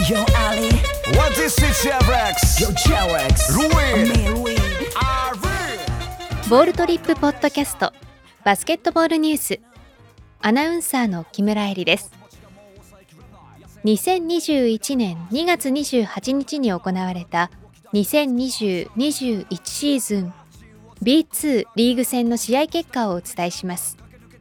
Yo Ali What is it, J-Rex? Yo J-Rex Louis Louis ボールトリップポッドキャストバスケットボールニュース、アナウンサーの木村恵里です。2021年2月28日に行われた2020-21シーズン B2 リーグ戦の試合結果をお伝えします。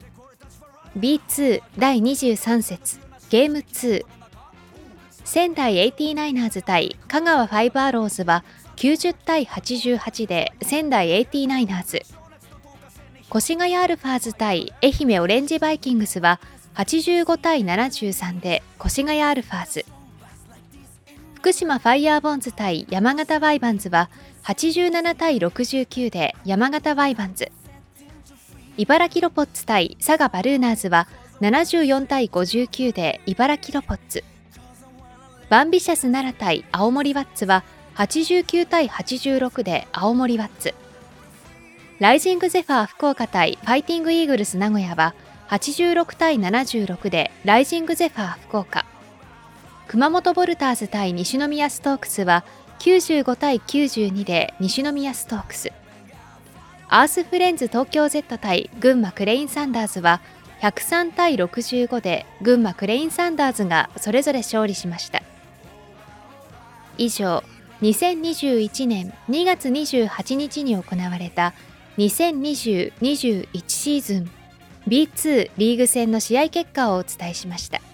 B2 第23節ゲーム2、仙台 89ers 対香川ファイブアローズは90対88で仙台 89ers、 越谷アルファーズ対愛媛オレンジバイキングスは85対73で越谷アルファーズ、福島ファイヤーボンズ対山形ワイバンズは87対69で山形ワイバンズ、茨城ロボッツ対佐賀バルーナーズは74対59で茨城ロボッツ、バンビシャス奈良対青森ワッツは89対86で青森ワッツ、ライジングゼファー福岡対ファイティングイーグルス名古屋は86対76でライジングゼファー福岡、熊本ボルターズ対西宮ストークスは95対92で西宮ストークス、アースフレンズ東京 Z 対群馬クレインサンダーズは103対65で群馬クレインサンダーズがそれぞれ勝利しました。以上、2021年2月28日に行われた2020-21シーズン B2 リーグ戦の試合結果をお伝えしました。